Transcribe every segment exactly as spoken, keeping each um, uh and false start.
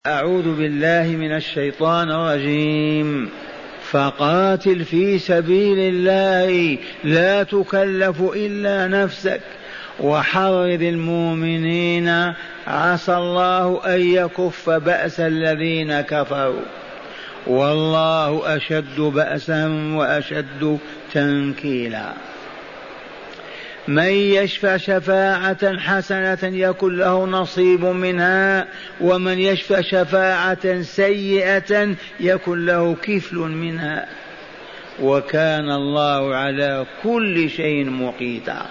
أعوذ بالله من الشيطان الرجيم. فقاتل في سبيل الله لا تكلف إلا نفسك وحرض المؤمنين عسى الله أن يكف بأس الذين كفروا والله أشد بأسا وأشد تنكيلا. من يشفع شفاعة حسنة يكن له نصيب منها ومن يشفع شفاعة سيئة يكن له كفل منها وكان الله على كل شيء مقيتا.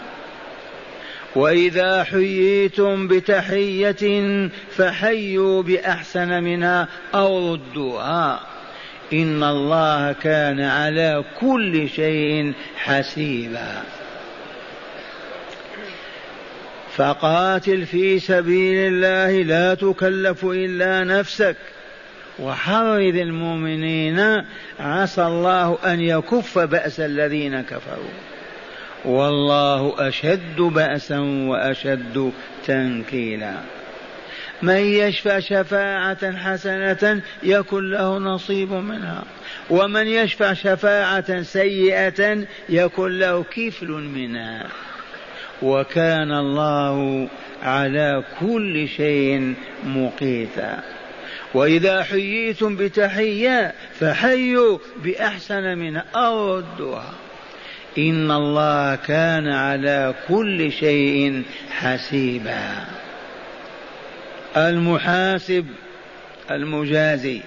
وإذا حييتم بتحية فحيوا بأحسن منها أو ردوها إن الله كان على كل شيء حسيبا. فقاتل في سبيل الله لا تكلف إلا نفسك وحرض المؤمنين عسى الله أن يكف بأس الذين كفروا والله أشد بأسا وأشد تنكيلا. من يشفع شفاعة حسنة يكن له نصيب منها ومن يشفع شفاعة سيئة يكن له كفل منها وكان الله على كل شيء مقيتا. وإذا حييتم بتحية فحيوا بأحسن منها أو ردوها إن الله كان على كل شيء حسيبا. المحاسب المجازي.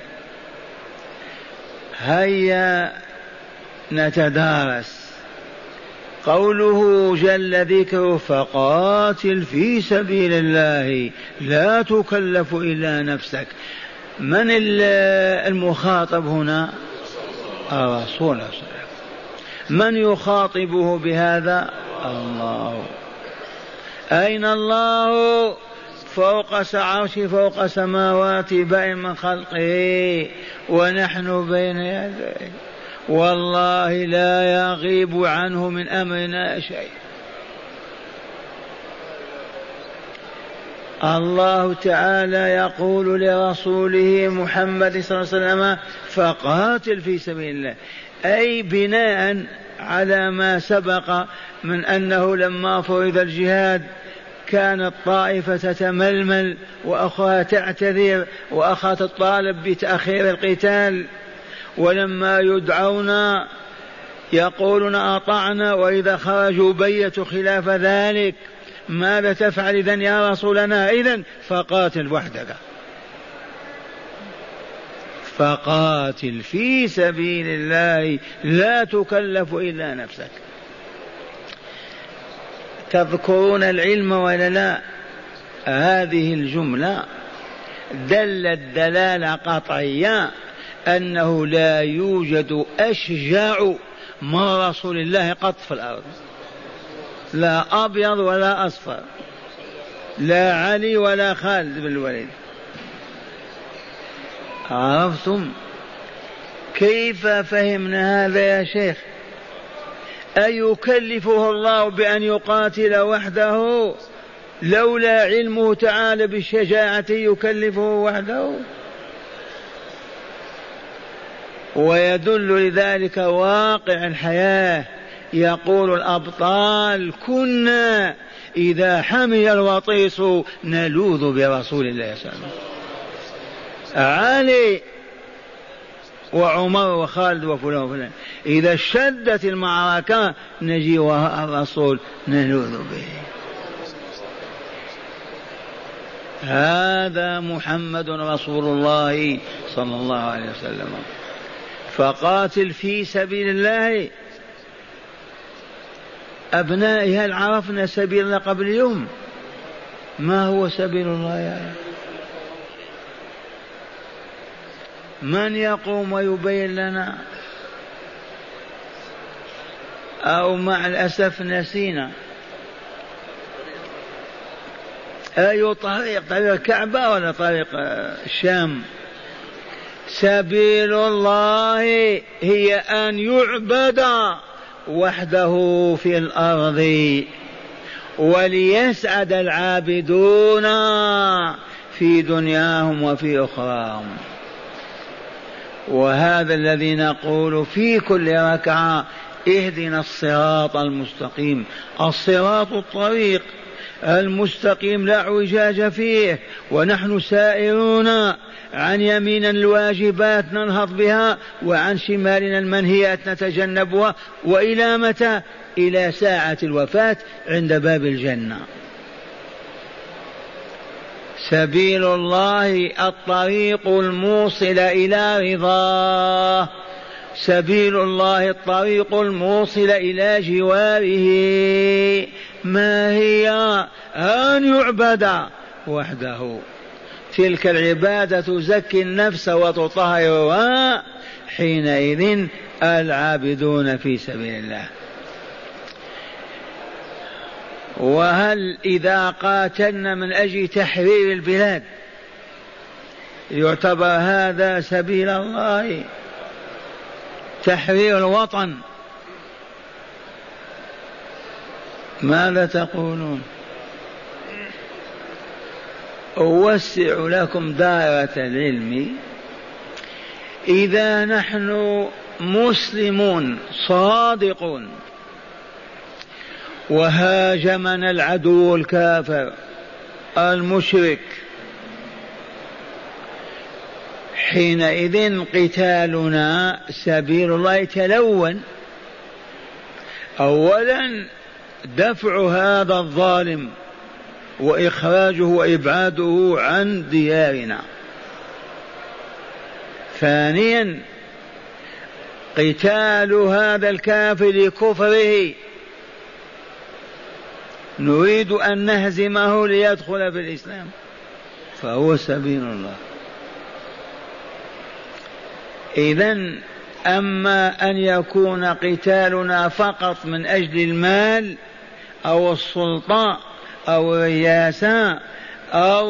هيا نتدارس قوله جل ذكره فقاتل في سبيل الله لا تكلف إلا نفسك. من المخاطب هنا؟ الرسول. من يخاطبه بهذا؟ الله. أين الله؟ فوق عرشه فوق سماوات بين من خلقه ونحن بين يديه والله لا يغيب عنه من أمرنا شيء. الله تعالى يقول لرسوله محمد صلى الله عليه وسلم فقاتل في سبيل الله، أي بناء على ما سبق من أنه لما فرض الجهاد كانت طائفة تتململ وأخرى تعتذر وأخرى تطالب بتأخير القتال، ولما يدعون يقولون أطعنا وإذا خرجوا بيتوا خلاف ذلك. ماذا تفعل إذن يا رسولنا؟ إذن فقاتل وحدك، فقاتل في سبيل الله لا تكلف إلا نفسك. تذكرون العلم ولا لا؟ هذه الجملة دلت دلالة قطعية أنه لا يوجد أشجاع من رسول الله قط في الأرض، لا أبيض ولا أصفر، لا علي ولا خالد بن الوليد. عرفتم كيف فهمنا هذا يا شيخ؟ أيكلفه الله بأن يقاتل وحده؟ لولا علمه تعالى بالشجاعة يكلفه وحده؟ ويدل لذلك واقع الحياة. يقول الأبطال كنا إذا حمي الوطيس نلوذ برسول الله صلى الله عليه وسلم. علي وعمر وخالد وفلان وفلان إذا اشتدت المعركة نجي وراء الرسول نلوذ به. هذا محمد رسول الله صلى الله عليه وسلم. فقاتل في سبيل الله. أبنائي هل عرفنا سبيل الله قبل اليوم؟ ما هو سبيل الله يا رب؟ من يقوم ويبين لنا؟ أو مع الأسف نسينا. أي طريق؟ طريق الكعبة ولا طريق الشام؟ سبيل الله هي أن يعبد وحده في الأرض وليسعد العابدون في دنياهم وفي أخراهم. وهذا الذي نقول في كل ركعة: اهدنا الصراط المستقيم. الصراط الطريق المستقيم لا اعوجاج فيه، ونحن سائرون عن يمين الواجبات ننهض بها، وعن شمالنا المنهيات نتجنبها. وإلى متى؟ إلى ساعة الوفاة عند باب الجنة. سبيل الله الطريق الموصل إلى رضاه، سبيل الله الطريق الموصل إلى جواره. ما هي؟ أن يعبد وحده. تلك العبادة تزكي النفس وتطهرها، حينئذ العابدون في سبيل الله. وهل إذا قاتلنا من أجل تحرير البلاد يعتبر هذا سبيل الله؟ تحرير الوطن؟ ماذا تقولون؟ أوسع لكم دائرة العلم. إذا نحن مسلمون صادقون وهاجمنا العدو الكافر المشرك، حينئذ قتالنا سبيل الله يتلون. أولا دفع هذا الظالم وإخراجه وإبعاده عن ديارنا. ثانيا قتال هذا الكافر لكفره، نريد أن نهزمه ليدخل في الإسلام، فهو سبيل الله. إذن أما أن يكون قتالنا فقط من أجل المال أو السلطة أو الرياسة أو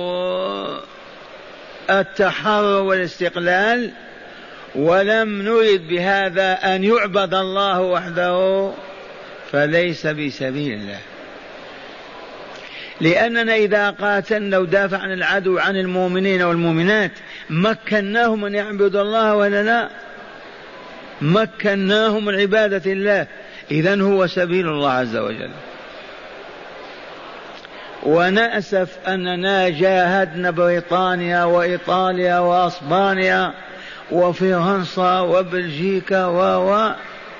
التحرر والاستقلال، ولم نرد بهذا أن يعبد الله وحده، فليس بسبيل الله. لأننا إذا قاتلنا ودافع عن العدو عن المؤمنين والمؤمنات مكناهم أن يعبدوا الله ولا لا؟ مكناهم من عبادة الله، إذن هو سبيل الله عز وجل. ونأسف أننا جاهدنا بريطانيا وإيطاليا وأسبانيا وفرنسا وبلجيكا و و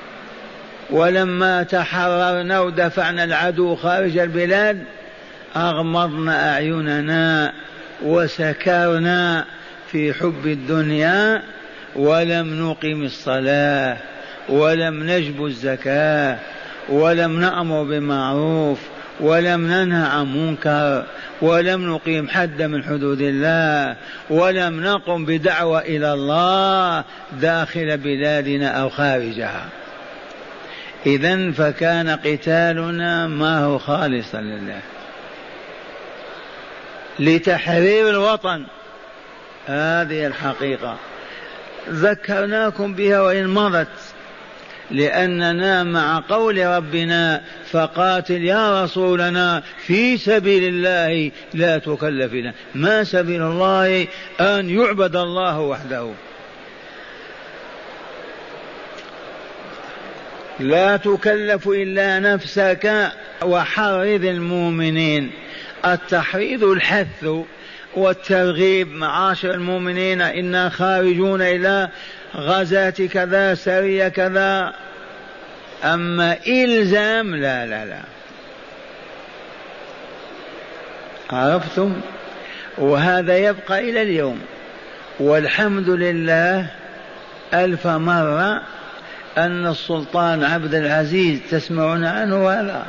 ولما تحررنا ودفعنا العدو خارج البلاد أغمضنا أعيننا وسكرنا في حب الدنيا، ولم نقم الصلاة ولم نجب الزكاة ولم نأمر بمعروف ولم ننهى عن منكر ولم نقيم حد من حدود الله ولم نقم بدعوة إلى الله داخل بلادنا أو خارجها. إذن فكان قتالنا ما هو خالصا لله لتحرير الوطن. هذه الحقيقة ذكرناكم بها وإن مضت، لأننا مع قول ربنا فقاتل يا رسولنا في سبيل الله لا تكلف لنا. ما سبيل الله؟ أن يعبد الله وحده، لا تكلف إلا نفسك. وحرض المؤمنين، التحريض الحث والترغيب. معاشر المؤمنين إنا خارجون إلى غزاة كذا سرية كذا، أما إلزام لا لا لا. عرفتم؟ وهذا يبقى إلى اليوم، والحمد لله ألف مرة أن السلطان عبد العزيز، تسمعون عنه ولا؟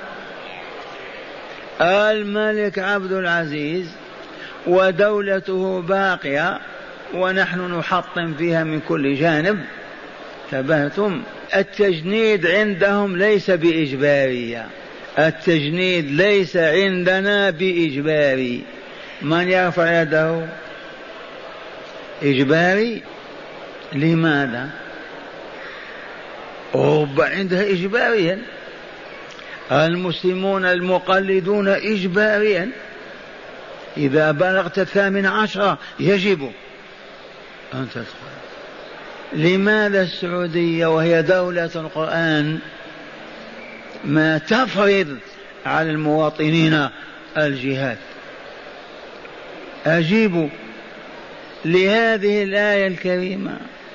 الملك عبد العزيز ودولته باقية ونحن نحطم فيها من كل جانب. تبهتم؟ التجنيد عندهم ليس بإجبارية، التجنيد ليس عندنا بإجباري. من يرفع يده؟ إجباري. لماذا؟ أوروبا عندها إجباريا، المسلمون المقلدون إجباريا إذا بلغت الثامن عشرة يجب أن تدخل. لماذا السعودية وهي دولة القرآن ما تفرض على المواطنين الجهاد؟ أجيبوا لهذه الآية الكريمة: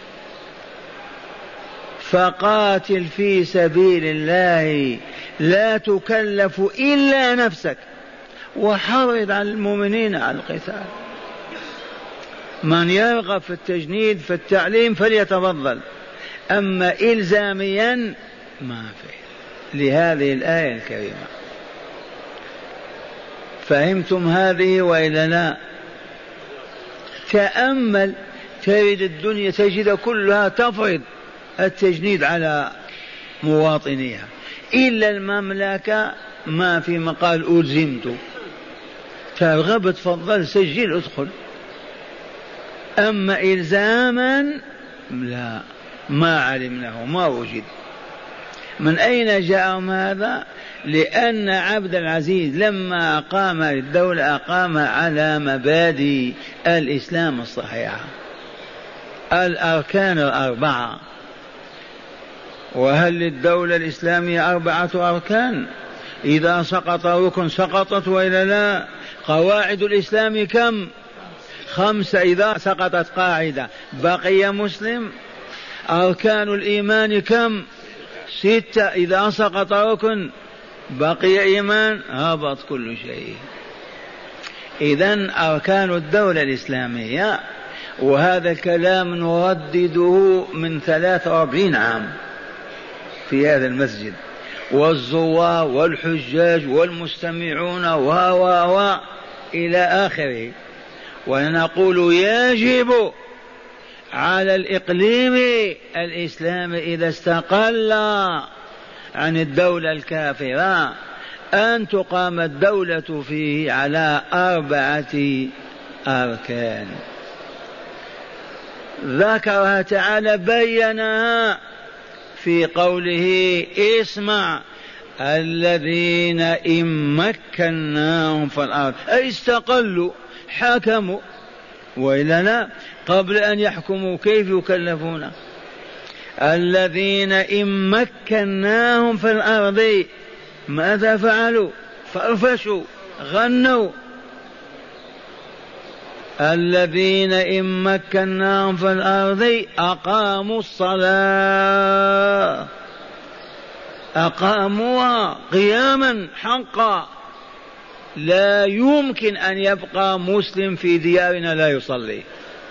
فقاتل في سبيل الله لا تكلف إلا نفسك وحرض على المؤمنين على القتال. من يرغب في التجنيد في التعليم فليتفضل، أما إلزاميا ما في لهذه الآية الكريمة. فهمتم هذه وإلا لا؟ تأمل تجد الدنيا تجد كلها تفرض التجنيد على مواطنيها، إلا المملكة ما في مقال ألزمت، ترغب تفضل سجل ادخل، أما إلزاما لا، ما علمناه ما وجد. من أين جاءهم هذا؟ لأن عبد العزيز لما أقام الدولة أقام على مبادئ الإسلام الصحيحة، الأركان الأربعة. وهل للدولة الإسلامية أربعة أركان؟ إذا سقط ركن سقطت وإلا لا؟ قواعد الإسلام كم؟ خمسة. إذا سقطت قاعدة بقي مسلم. أركان الإيمان كم؟ ستة. إذا سقط ركن بقي إيمان، هبط كل شيء. إذن أركان الدولة الإسلامية، وهذا الكلام نردده من ثلاثة وأربعين عام في هذا المسجد، والزوار والحجاج والمستمعون و و و إلى آخره. ونقول يجب على الإقليم الإسلامي إذا استقل عن الدولة الكافرة أن تقام الدولة فيه على أربعة أركان ذكرها تعالى بينها في قوله: اسمع الذين إن مكناهم في الأرض، أي استقلوا حكموا وإلا لا؟ قبل أن يحكموا كيف يكلفون؟ الذين إن مكناهم في الأرض ماذا فعلوا؟ فرفشوا غنوا. الذين إن مكناهم في الأرض أقاموا الصلاة، أقاموها قياما حقا. لا يمكن أن يبقى مسلم في ديارنا لا يصلي.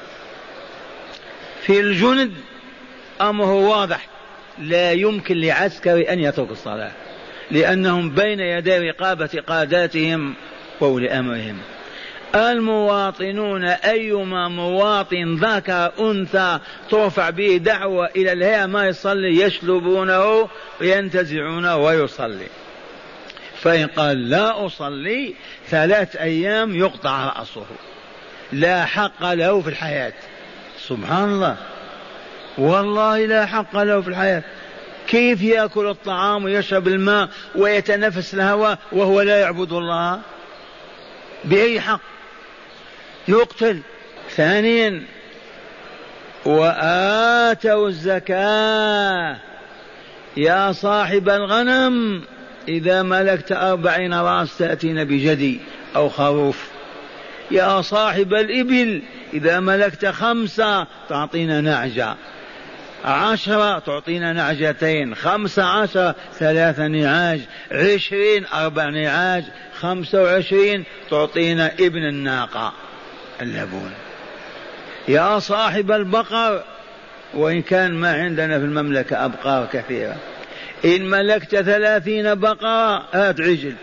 في الجند أمره واضح، لا يمكن لعسكري أن يترك الصلاة، لأنهم بين يدي رقابة قاداتهم وأولي أمرهم. المواطنون أيما مواطن ذكر أنثى ترفع به دعوة إلى الهيئة ما يصلي يسلبونه وينتزعونه ويصلي. فإن قال لا أصلي ثلاث أيام يقطع رأسه، لا حق له في الحياة. سبحان الله، والله لا حق له في الحياة. كيف يأكل الطعام ويشرب الماء ويتنفس الهواء وهو لا يعبد الله؟ بأي حق؟ يقتل. ثانيا: وآتوا الزكاة. يا صاحب الغنم إذا ملكت أربعين رأس تأتين بجدي أو خروف. يا صاحب الإبل إذا ملكت خمسة تعطينا نعجة، عشرة تعطينا نعجتين، خمسة عشر ثلاث نعاج، عشرين أربع نعاج، خمسة وعشرين تعطينا ابن الناقة اللبون. يا صاحب البقر، وإن كان ما عندنا في المملكة أبقار كثيرة، إن ملكت ثلاثين بقرة هات عجل.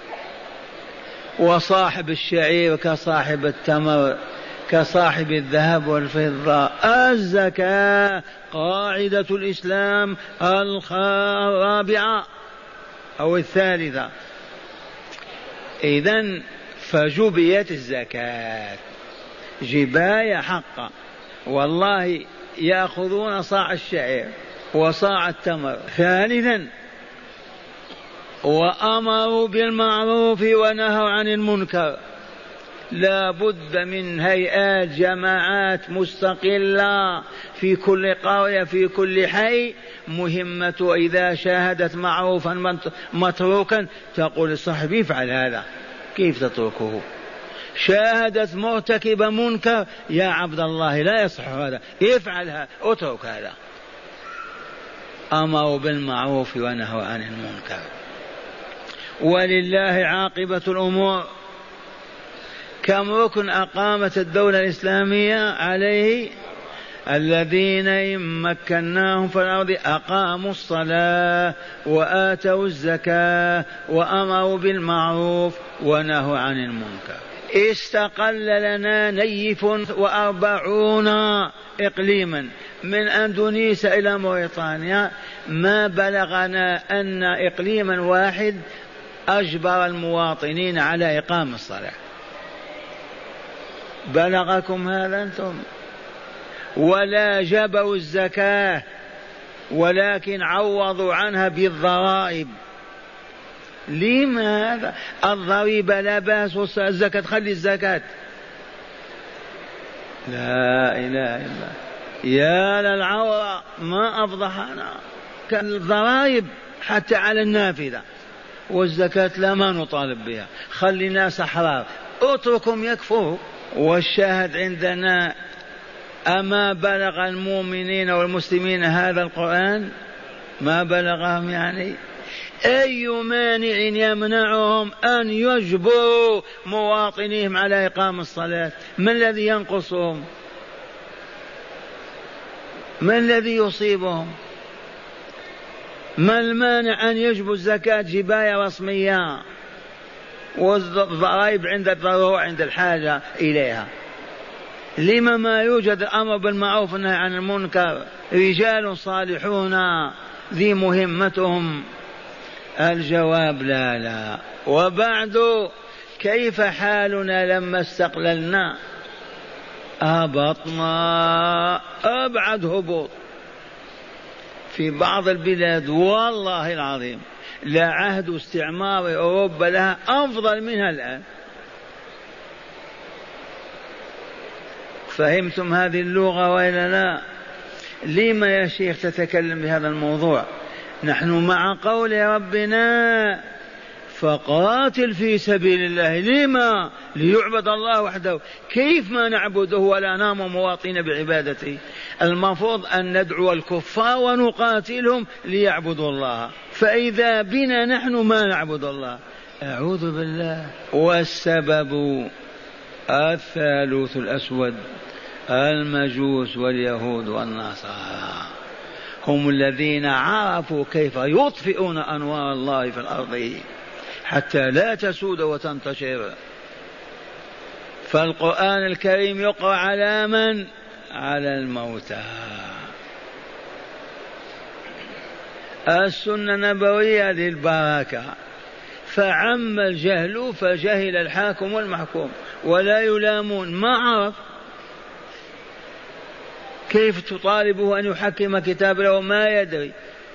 وصاحب الشعير كصاحب التمر كصاحب الذهب والفضة. الزكاة قاعدة الإسلام الرابعة أو الثالثة. إذن فجبيت الزكاة جباية حقا. والله يأخذون صاع الشعير وصاع التمر. ثالثا: وأمروا بالمعروف ونهوا عن المنكر. لا بد من هيئات جماعات مستقلة في كل قرية في كل حي، مهمة إذا شاهدت معروفا متروكا تقول لصاحبي افعل هذا، كيف تتركه؟ شاهدت مرتكب منكر، يا عبد الله لا يصح هذا، افعل هذا، اترك هذا. أمروا بالمعروف ونهوا عن المنكر. ولله عاقبة الأمور. كم ركن أقامت الدولة الإسلامية عليه؟ الذين إن مكناهم في الأرض أقاموا الصلاة وآتوا الزكاة وأمروا بالمعروف ونهوا عن المنكر. استقل لنا نيف وأربعون إقليما من أندونيسيا إلى موريطانيا، ما بلغنا أن إقليما واحد أجبر المواطنين على إقام الصلاة. بلغكم هذا أنتم؟ ولا جبوا الزكاة ولكن عوضوا عنها بالضرائب. لماذا؟ الضريبة لا بأس، الزكاة خلي الزكاة. لا إله إلا الله، يا للعورة ما أفضحنا. الضرائب حتى على النافذة، والزكاة لا ما نطالب بها، خلي الناس أحرار، اتركهم يكفروا. والشاهد عندنا، أما بلغ المؤمنين والمسلمين هذا القرآن؟ ما بلغهم يعني. أي مانع يمنعهم أن يجبروا مواطنيهم على إقام الصلاة؟ ما الذي ينقصهم؟ ما الذي يصيبهم؟ ما المانع أن يجبوا الزكاة جباية رسمية والضرائب عند الضرورة عند الحاجة إليها؟ لما ما يوجد الأمر بالمعروف والنهي عن المنكر؟ رجال صالحون ذي مهمتهم. الجواب لا لا. وبعد كيف حالنا لما استقللنا؟ هبطنا أبعد هبوط. في بعض البلاد والله العظيم لا عهد استعمار أوروبا لها أفضل منها الآن. فهمتم هذه اللغة وإلا لا؟ لما يا شيخ تتكلم بهذا الموضوع؟ نحن مع قول ربنا فقاتل في سبيل الله. لما؟ ليعبد الله وحده. كيف ما نعبده ولا نام مواطنين بعبادته؟ المفروض أن ندعو الكفار ونقاتلهم ليعبدوا الله، فإذا بنا نحن ما نعبد الله. أعوذ بالله. والسبب الثالث الأسود المجوس واليهود والنصارى، هم الذين عرفوا كيف يطفئون أنوار الله في الأرض حتى لا تسود وتنتشر. فالقرآن الكريم يقرأ على من؟ على الموتى. السنة النبوية للبركة، فعم الجهل فجهل الحاكم والمحكوم ولا يلامون، ما عرف. كيف تطالبه أن يحكم كتاب له ما يدري؟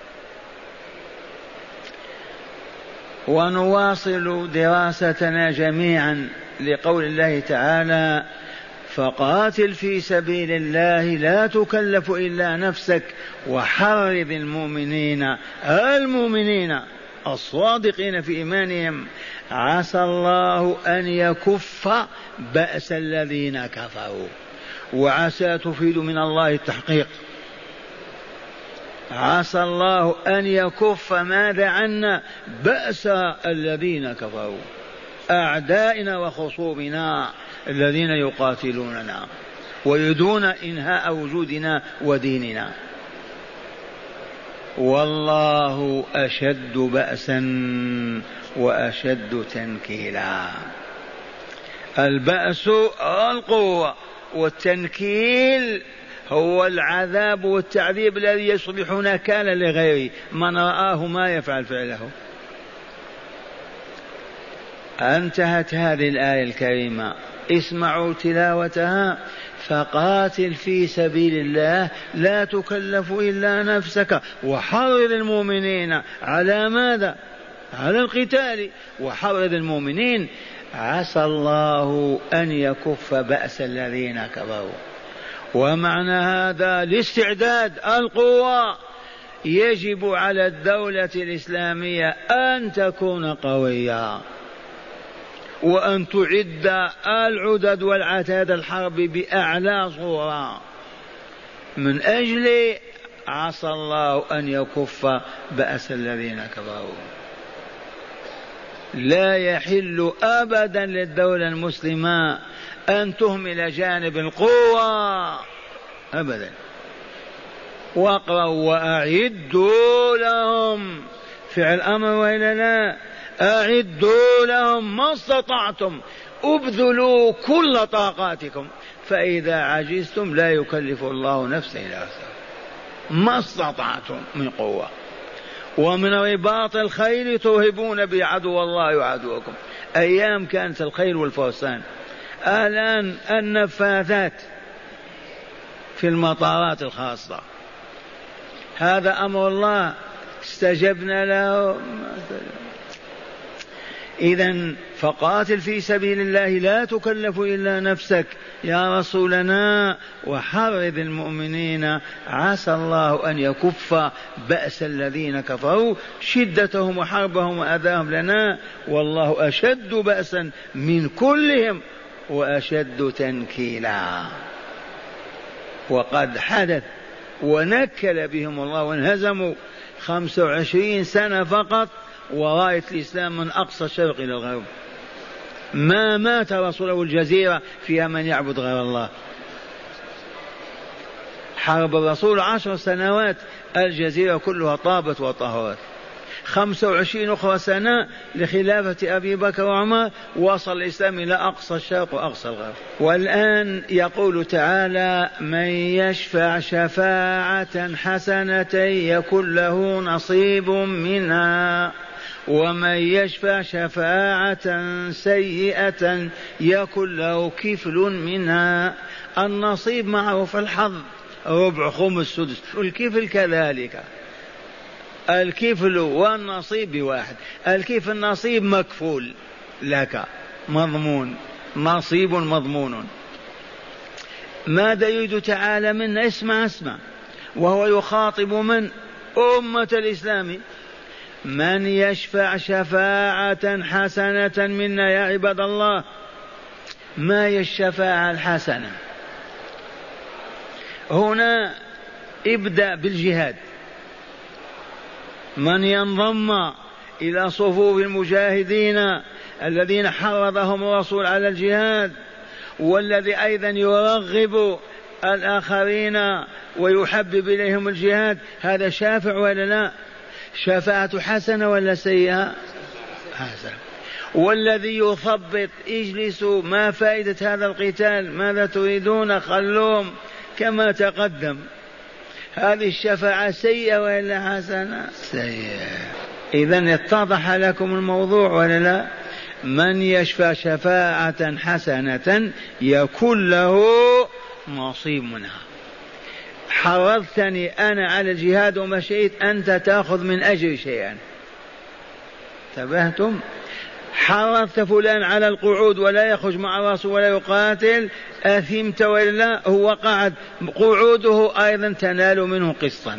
ونواصل دراستنا جميعا لقول الله تعالى فقاتل في سبيل الله لا تكلف إلا نفسك وحرض المؤمنين المؤمنين الصادقين في إيمانهم عسى الله أن يكف بأس الذين كفروا. وعسى تفيد من الله التحقيق. عسى الله أن يكف ماذا عنا؟ بأس الذين كفروا، أعدائنا وخصومنا الذين يقاتلوننا ويريدون إنهاء وجودنا وديننا. والله أشد بأسا وأشد تنكيلا. البأس القوة، والتنكيل هو العذاب والتعذيب الذي يصبح نكالا لغيره، من رآه ما يفعل فعله. انتهت هذه الآية الكريمة، اسمعوا تلاوتها. فقاتل في سبيل الله لا تكلف إلا نفسك وحرض المؤمنين على ماذا؟ على القتال. وحرض المؤمنين عسى الله أن يكف بأس الذين كفروا. ومعنى هذا الاستعداد، القوة. يجب على الدولة الإسلامية أن تكون قوية وأن تعد العدد والعتاد الحرب بأعلى صورة من أجل عسى الله أن يكف بأس الذين كفروا. لا يحل أبدا للدولة المسلمة أن تهمل جانب القوة أبدا. واقرأوا وأعدوا لهم، فعل أمر وإلا لا؟ أعدوا لهم ما استطعتم، ابذلوا كل طاقاتكم، فإذا عجزتم لا يكلف الله نفسا إلا وسعها، ما استطعتم من قوة. ومن رباط الخيل ترهبون بعدو الله وعدوكم. أيام كانت الخيل والفرسان، الآن النفاثات في المطارات الخاصة. هذا أمر الله استجبنا له. إذن فقاتل في سبيل الله لا تكلف إلا نفسك يا رسولنا، وحرض المؤمنين عسى الله أن يكف بأس الذين كفروا، شدتهم وحربهم وأذاهم لنا، والله أشد بأسا من كلهم وأشد تنكيلا. وقد حدث ونكل بهم الله وانهزموا خمسة وعشرين سنة فقط وراية الإسلام من أقصى الشرق إلى الغرب. ما مات رسوله الجزيرة فيها من يعبد غير الله. حرب الرسول عشر سنوات الجزيرة كلها طابت وطهرت. خمسة وعشرين أخرى سنة لخلافة أبي بكر وعمر وصل الإسلام إلى أقصى الشرق وأقصى الغرب. والآن يقول تعالى: من يشفع شفاعة حسنة يكن له نصيب منها ومن يشفع شفاعة سيئة يكن له كفل منها. النصيب معروف، الحظ ربع خمس سدس، والكفل كذلك. الكفل والنصيب بواحد. الكفل نصيب مكفول لك مضمون، نصيب مضمون. ماذا يريد تعالى منا؟ اسمع اسمع، وهو يخاطب من؟ أمة الإسلام. من يشفع شفاعة حسنة منا يا عباد الله. ما هي الشفاعة الحسنة؟ هنا ابدأ بالجهاد. من ينضم إلى صفوف المجاهدين الذين حرضهم الرسول على الجهاد، والذي أيضا يرغب الآخرين ويحبب إليهم الجهاد، هذا شافع ولا لا؟ شفاعة حسنة ولا سيئة؟ حسنة. والذي يثبط اجلسوا، ما فائدة هذا القتال؟ ماذا تريدون؟ خلوهم كما تقدم. هذه الشفاعة سيئة ولا حسنة؟ سيئة. إذن اتضح لكم الموضوع ولا لا؟ من يشفع شفاعة حسنة يكون له نصيب منها. حرضتني أنا على الجهاد ومشيت، أنت تأخذ من أجل شيئا. انتبهتم؟ حرضت فلان على القعود ولا يخرج مع الرسول ولا يقاتل، أثمت ولا؟ هو قعد، قعوده أيضا تنال منه قسطا.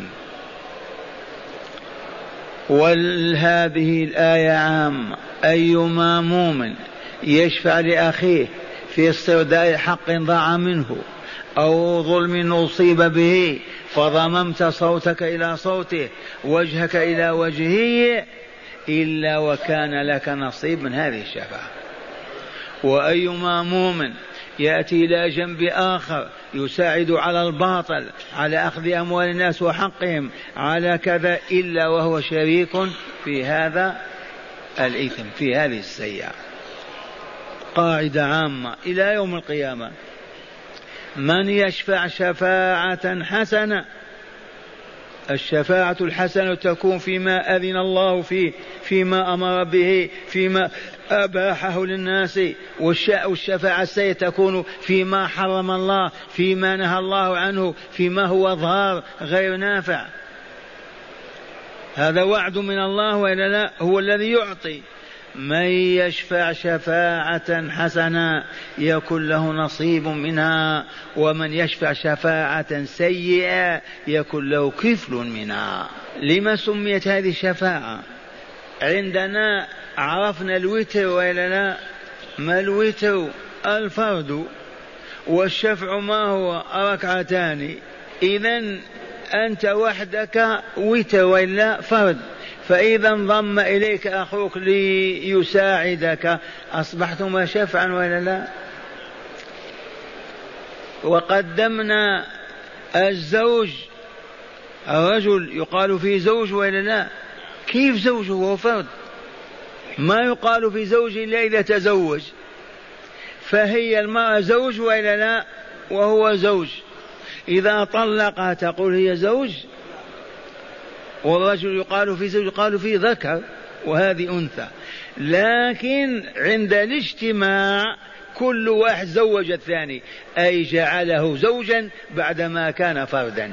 وهذه الآية عامة. أيما مؤمن يشفع لأخيه في استرداء حق ضاع منه أو ظلم أصيب به فضممت صوتك إلى صوته وجهك إلى وجهه إلا وكان لك نصيب من هذه الشفاعة. وأيما مؤمن يأتي إلى جنب آخر يساعد على الباطل، على أخذ أموال الناس وحقهم، على كذا، إلا وهو شريك في هذا الإثم، في هذه السيئة. قاعدة عامة إلى يوم القيامة. من يشفع شفاعة حسنة، الشفاعة الحسنة تكون فيما أذن الله فيه، فيما أمر به، فيما أباحه للناس. والشفاعة السيئة تكون فيما حرم الله، فيما نهى الله عنه، فيما هو ضار غير نافع. هذا وعد من الله وإلا لا؟ هو الذي يعطي. من يشفع شفاعة حسنة يكن له نصيب منها، ومن يشفع شفاعة سيئة يكن له كفل منها. لما سميت هذه الشفاعة؟ عندنا عرفنا الوتر وإلا لا؟ ما الوتر؟ الفرد، والشفع ما هو؟ ركعتان. إذن أنت وحدك وتر وإلا فرد، فإذا انضم إليك أخوك ليساعدك أصبحتما شفعا ولا لا؟ وقدمنا الزوج، الرجل يقال فيه زوج ولا لا؟ كيف زوج هو فرد؟ ما يقال في زوج إلا إذا تزوج، فهي المرأة زوج ولا لا؟ وهو زوج، إذا طلقها تقول هي زوج. والرجل يقال في زوج يقال في ذكر وهذه أنثى، لكن عند الاجتماع كل واحد زوج الثاني، أي جعله زوجا بعدما كان فردا.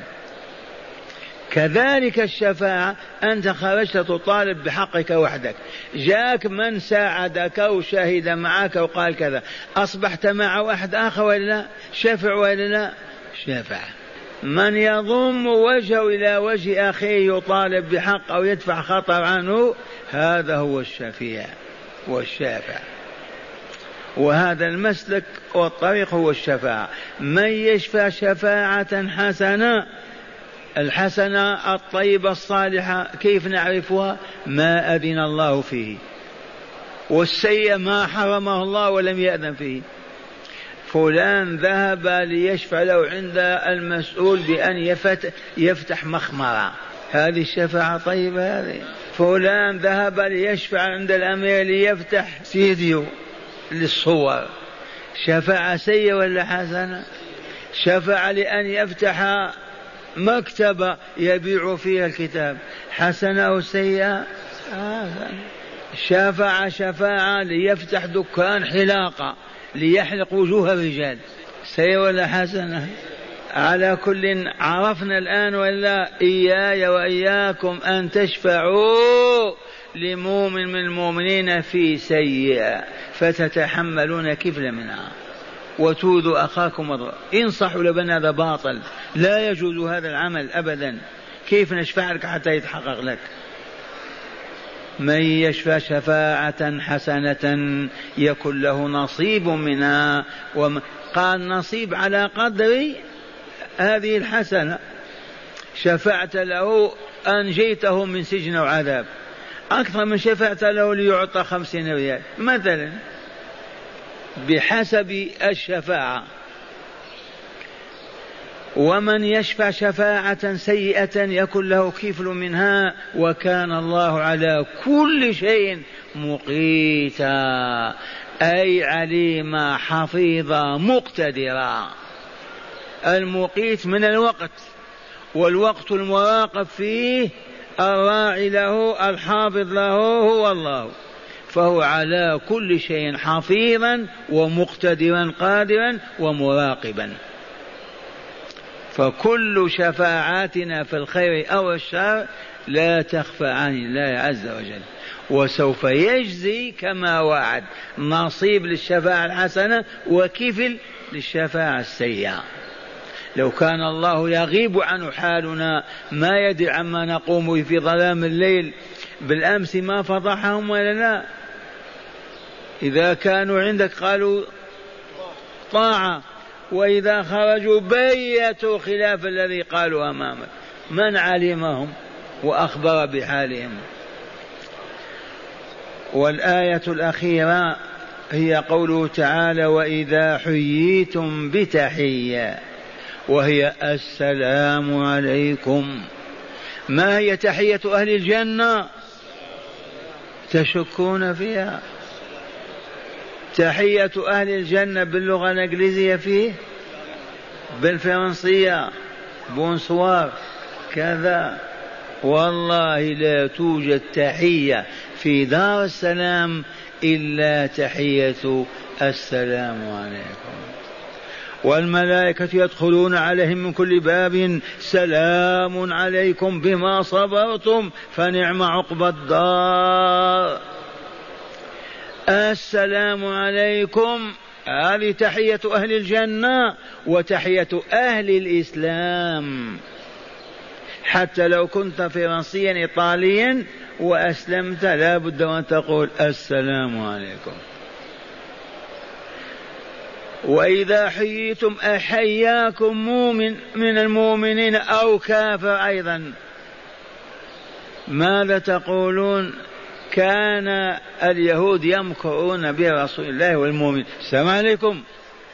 كذلك الشفاعة، أنت خرجت تطالب بحقك وحدك، جاءك من ساعدك وشهد معك وقال كذا، أصبحت مع واحد آخر ولا لا؟ شفع ولا لا؟ شفع. من يضم وجهه إلى وجه أخيه يطالب بحق أو يدفع خطر عنه، هذا هو الشفيع والشافع. وهذا المسلك والطريق هو الشفاعة. من يشفع شفاعة حسنة، الحسنة الطيبة الصالحة كيف نعرفها؟ ما أذن الله فيه، والسيء ما حرمه الله ولم يأذن فيه. فلان ذهب ليشفع له عند المسؤول بأن يفتح مخمرة، هذه الشفاعة طيبة هذه. فلان ذهب ليشفع عند الأمير ليفتح سيديو للصور، شفاعة سيئة ولا حسنة؟ شفع لأن يفتح مكتبة يبيع فيها الكتاب، حسنة أو سيئة؟ شفع شفاعة ليفتح دكان حلاقة ليحلق وجوه الرجال، سيئة ولا حسنة؟ على كل عرفنا الآن ولا؟ إياي وإياكم أن تشفعوا لمؤمن من المؤمنين في سيئة فتتحملون كفل منها وتؤذوا أخاكم الضر. انصحوا لبن هذا باطل، لا يجوز هذا العمل أبدا. كيف نشفع لك حتى يتحقق لك؟ من يشفع شفاعة حسنة يكن له نصيب منها. قال نصيب على قدر هذه الحسنة. شفعت له أنجيته من سجن وعذاب، أكثر من شفعت له ليعطى خمسين ريال مثلا، بحسب الشفاعة. ومن يشفع شفاعة سيئة يكن له كفل منها وكان الله على كل شيء مقيتا، أي عليما حفيظا مقتدرا. المقيت من الوقت، والوقت المراقب فيه الراعي له الحافظ له هو الله، فهو على كل شيء حفيظا ومقتدرا قادرا ومراقبا. فكل شفاعاتنا في الخير أو الشر لا تخفى عن الله عز وجل، وسوف يجزي كما وعد، نصيب للشفاعة الحسنة وكفل للشفاعة السيئة. لو كان الله يغيب عنه حالنا ما يدري عما نقوم في ظلام الليل، بالأمس ما فضحهم ولا لا؟ إذا كانوا عندك قالوا طاعة، وإذا خرجوا بيتوا خلاف الذي قالوا أمامك، من علمهم وأخبر بحالهم. والآية الأخيرة هي قوله تعالى وإذا حييتم بتحية، وهي السلام عليكم. ما هي تحية أهل الجنة؟ تشكون فيها؟ تحية أهل الجنة باللغة الإنجليزية فيه، بالفرنسية بونسوار كذا. والله لا توجد تحية في دار السلام إلا تحية السلام عليكم. والملائكة يدخلون عليهم من كل باب سلام عليكم بما صبرتم فنعم عقبى الدار. السلام عليكم هذه تحية أهل الجنة وتحية أهل الإسلام. حتى لو كنت فرنسيا إيطاليا وأسلمت لا بد أن تقول السلام عليكم. وإذا حييتم أحياكم مؤمن من المؤمنين أو كافر أيضا. ماذا تقولون؟ كان اليهود يمكرون برسول الله والمؤمن السلام عليكم،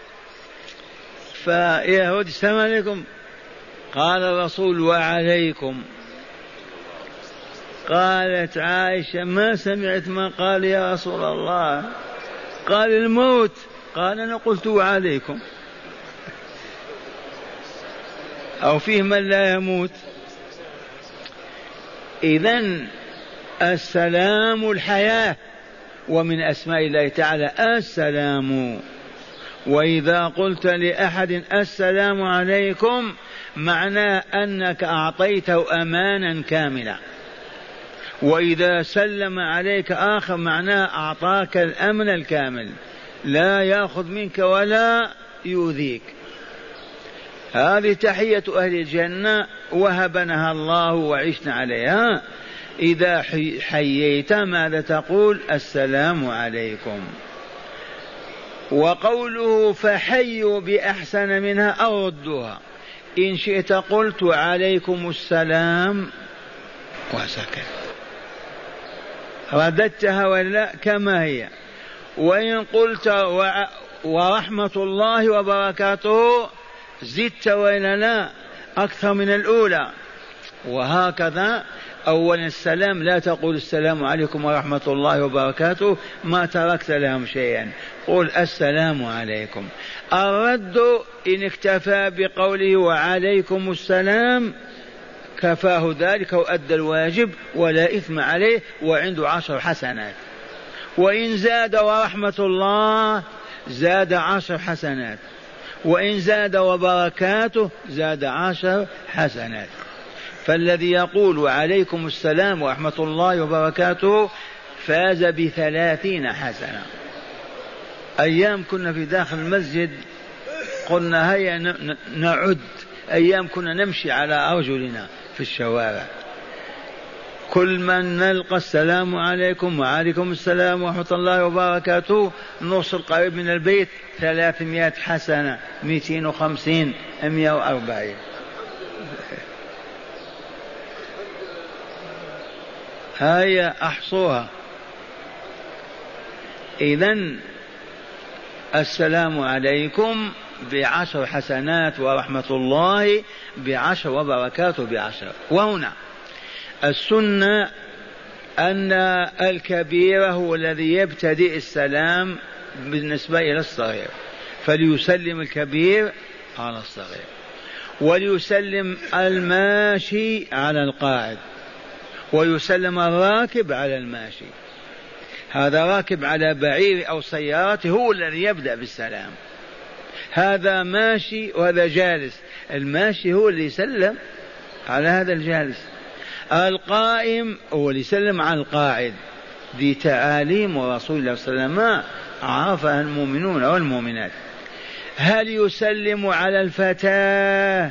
فيهود السلام عليكم، قال الرسول وعليكم. قالت عائشة ما سمعت ما قال يا رسول الله؟ قال الموت. قال أنا قلت وعليكم. أو فيه من لا يموت. إذن السلام الحياة، ومن أسماء الله تعالى السلام. وإذا قلت لأحد السلام عليكم معناه أنك أعطيته أمانا كاملا، وإذا سلم عليك آخر معناه أعطاك الأمن الكامل، لا يأخذ منك ولا يؤذيك. هذه تحية أهل الجنة وهبناها الله وعشنا عليها. إذا حييت ماذا تقول؟ السلام عليكم. وقوله فحيوا بأحسن منها أو ردوها، إن شئت قلت عليكم السلام وسكت، رددتها ولا كما هي. وإن قلت ورحمة الله وبركاته زدت وإلا لا أكثر من الأولى. وهكذا أولا السلام لا تقول السلام عليكم ورحمة الله وبركاته، ما تركت لهم شيئا، قل السلام عليكم. الرد إن اكتفى بقوله وعليكم السلام كفاه ذلك وأدى الواجب ولا إثم عليه وعنده عشر حسنات. وإن زاد ورحمة الله زاد عشر حسنات، وإن زاد وبركاته زاد عشر حسنات. فالذي يقول وعليكم السلام ورحمة الله وبركاته فاز بثلاثين حسنة. أيام كنا في داخل المسجد قلنا هيا نعد، أيام كنا نمشي على أرجلنا في الشوارع، كل من نلقى السلام عليكم وعليكم السلام ورحمة الله وبركاته نوصل قريب من البيت ثلاثمائة حسنة، مئتين وخمسين، مئة وأربعين. هيا أحصوها. إذن السلام عليكم بعشر حسنات ورحمة الله بعشر وبركاته بعشر. وهنا السنة أن الكبير هو الذي يبتدئ السلام بالنسبة إلى الصغير، فليسلم الكبير على الصغير، وليسلم الماشي على القاعد، ويسلم الراكب على الماشي. هذا راكب على بعير أو سيارة هو الذي يبدأ بالسلام، هذا ماشي وهذا جالس، الماشي هو اللي يسلم على هذا الجالس، القائم هو اللي يسلم على القاعد. ذي تعاليم ورسول الله صلى الله عليه وسلم عرفها المؤمنون والمؤمنات. هل يسلم على الفتاة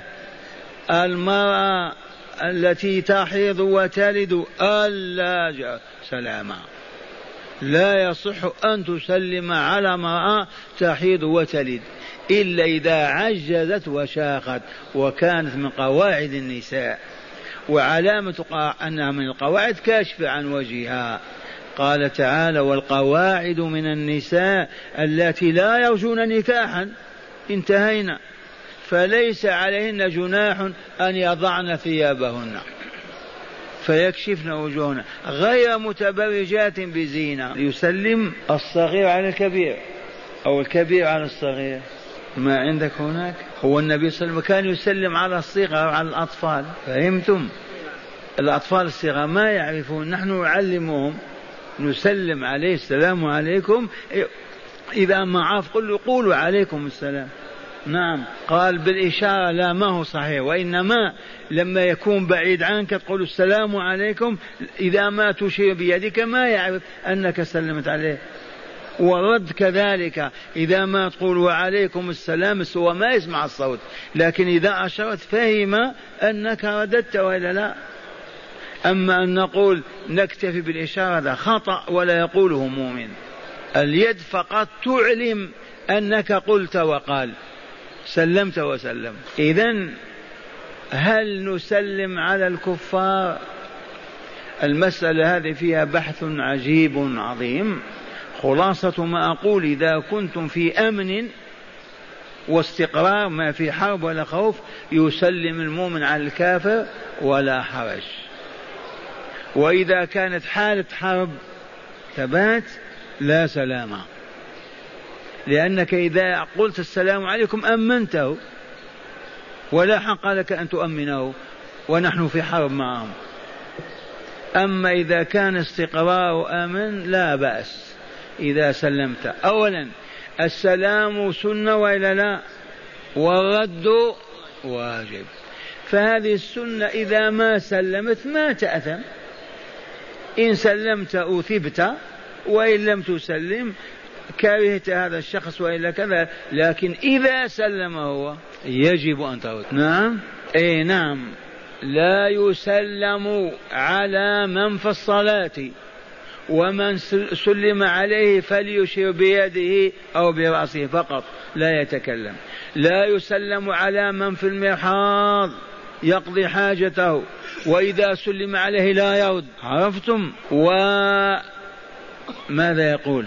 المرأة التي تحيض وتلد ألا سلاما؟ لا يصح أن تسلم على امرأة تحيض وتلد إلا إذا عجزت وشاخت وكانت من قواعد النساء، وعلامة أنها من القواعد كاشفة عن وجهها. قال تعالى والقواعد من النساء التي لا يرجون نكاحا، انتهينا. فليس عليهن جناح أن يضعن ثيابهن فيكشفن وجوهن غير متبرجات بزينة. يسلم الصغير على الكبير أو الكبير على الصغير. ما عندك هناك؟ هو النبي صلى الله عليه وسلم كان يسلم على الصغار على الأطفال، فهمتم؟ الأطفال الصغار ما يعرفون، نحن نعلمهم، نسلم عليه السلام عليكم، إذا ما عرف قل له قولوا عليكم السلام. نعم قال بالإشارة، لا ما هو صحيح، وإنما لما يكون بعيد عنك تقول السلام عليكم، إذا ما تشير بيدك ما يعرف أنك سلمت عليه. والرد كذلك، إذا ما تقول وعليكم السلام هو ما يسمع الصوت، لكن إذا أشرت فهم أنك رددت وإلا لا. أما أن نقول نكتفي بالإشارة هذا خطأ ولا يقوله مؤمن. اليد فقط تعلم أنك قلت وقال، سلمت وسلم. إذن هل نسلم على الكفار؟ المسألة هذه فيها بحث عجيب عظيم. خلاصة ما أقول، إذا كنتم في أمن واستقرار ما في حرب ولا خوف يسلم المؤمن على الكافر ولا حرج. وإذا كانت حالة حرب ثبات لا سلام، لأنك إذا قلت السلام عليكم أمنته ولا حق لك أن تؤمنه ونحن في حرب معهم. أما إذا كان استقرار وأمن لا بأس إذا سلمت. أولا السلام سنة وإلا لا؟ والرد واجب. فهذه السنة إذا ما سلمت ما تأثم، إن سلمت أثبت، وإن لم تسلم كرهت هذا الشخص وإلا كذا، لكن إذا سلم هو يجب أن ترد. نعم أي نعم، لا يسلم على من في الصلاة، ومن سلم عليه فليشير بيده أو برأسه فقط لا يتكلم. لا يسلم على من في المرحاض يقضي حاجته، وإذا سلم عليه لا يرد. عرفتم؟ وماذا يقول؟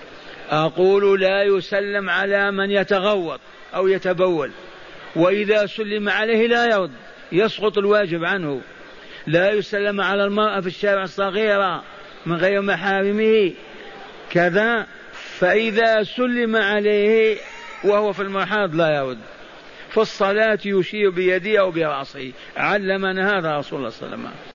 أقول لا يسلم على من يتغوط أو يتبول، وإذا سلم عليه لا يرد، يسقط الواجب عنه. لا يسلم على المرأة في الشارع الصغيرة من غير محارمه كذا، فإذا سلم عليه وهو في المرحاض لا يرد. في الصلاة يشير بيده أو برأسه، علمنا هذا رسول الله صلى الله عليه وسلم.